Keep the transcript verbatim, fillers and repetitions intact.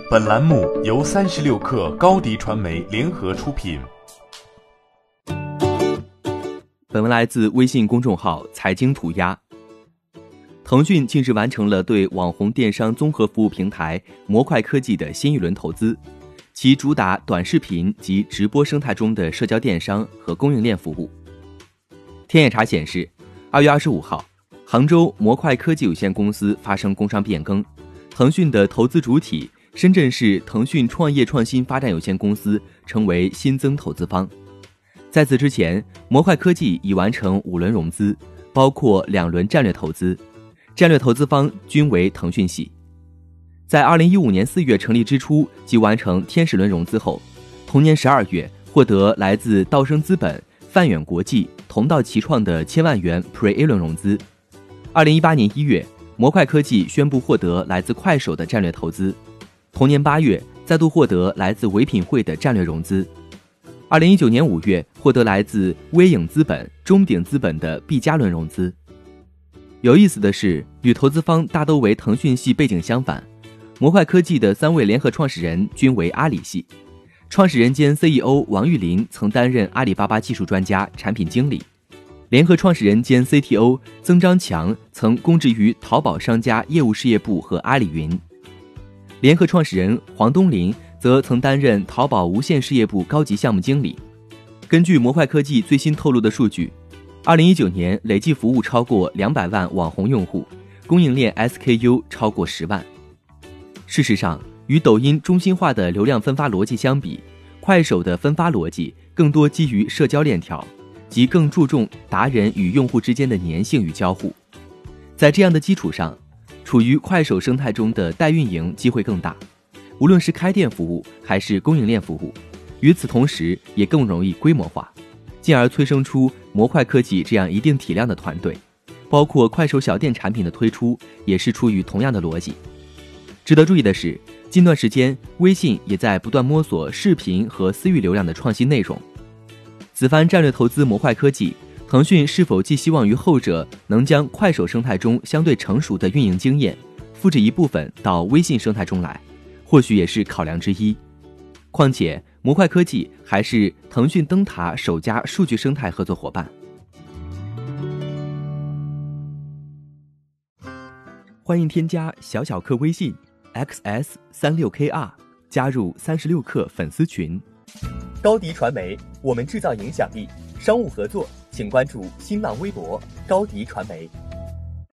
本栏目由三十六氪高迪传媒联合出品。 本文来自微信公众号财经涂鸦。腾讯近日完成了对网红电商综合服务平台模块科技的新一轮投资，其主打短视频及直播生态中的社交电商和供应链服务。天眼查显示，二月二十五号，杭州模块科技有限公司发生工商变更，腾讯的投资主体深圳市腾讯创业创新发展有限公司成为新增投资方。在此之前，模块科技已完成五轮融资，包括两轮战略投资，战略投资方均为腾讯系。在二零一五年四月成立之初即完成天使轮融资后，同年十二月获得来自道生资本、泛远国际、同道齐创的千万元 Pre-A 轮融资。二零一八年一月，模块科技宣布获得来自快手的战略投资，同年八月再度获得来自唯品会的战略融资。二零一九年五月获得来自微影资本、中鼎资本的 B 加轮融资。有意思的是，与投资方大都为腾讯系背景相反，模块科技的三位联合创始人均为阿里系。创始人兼 C E O 王玉林曾担任阿里巴巴技术专家、产品经理，联合创始人兼 C T O 曾章强曾供职于淘宝商家业务事业部和阿里云。联合创始人黄东林则曾担任淘宝无线事业部高级项目经理。根据模块科技最新透露的数据，二零一九年累计服务超过两百万网红用户，供应链 S K U 超过十万。事实上，与抖音中心化的流量分发逻辑相比，快手的分发逻辑更多基于社交链条，即更注重达人与用户之间的粘性与交互。在这样的基础上，处于快手生态中的代运营机会更大，无论是开店服务还是供应链服务，与此同时也更容易规模化，进而催生出模块科技这样一定体量的团队。包括快手小店产品的推出也是出于同样的逻辑。值得注意的是，近段时间微信也在不断摸索视频和私域流量的创新内容。此番战略投资模块科技，腾讯是否寄希望于后者能将快手生态中相对成熟的运营经验复制一部分到微信生态中来，或许也是考量之一。况且模块科技还是腾讯灯塔首家数据生态合作伙伴。欢迎添加小小客微信 X S 三六 K R 加入三十六氪粉丝群。 高迪传媒，我们制造影响力。商务合作请关注新浪微博高迪传媒。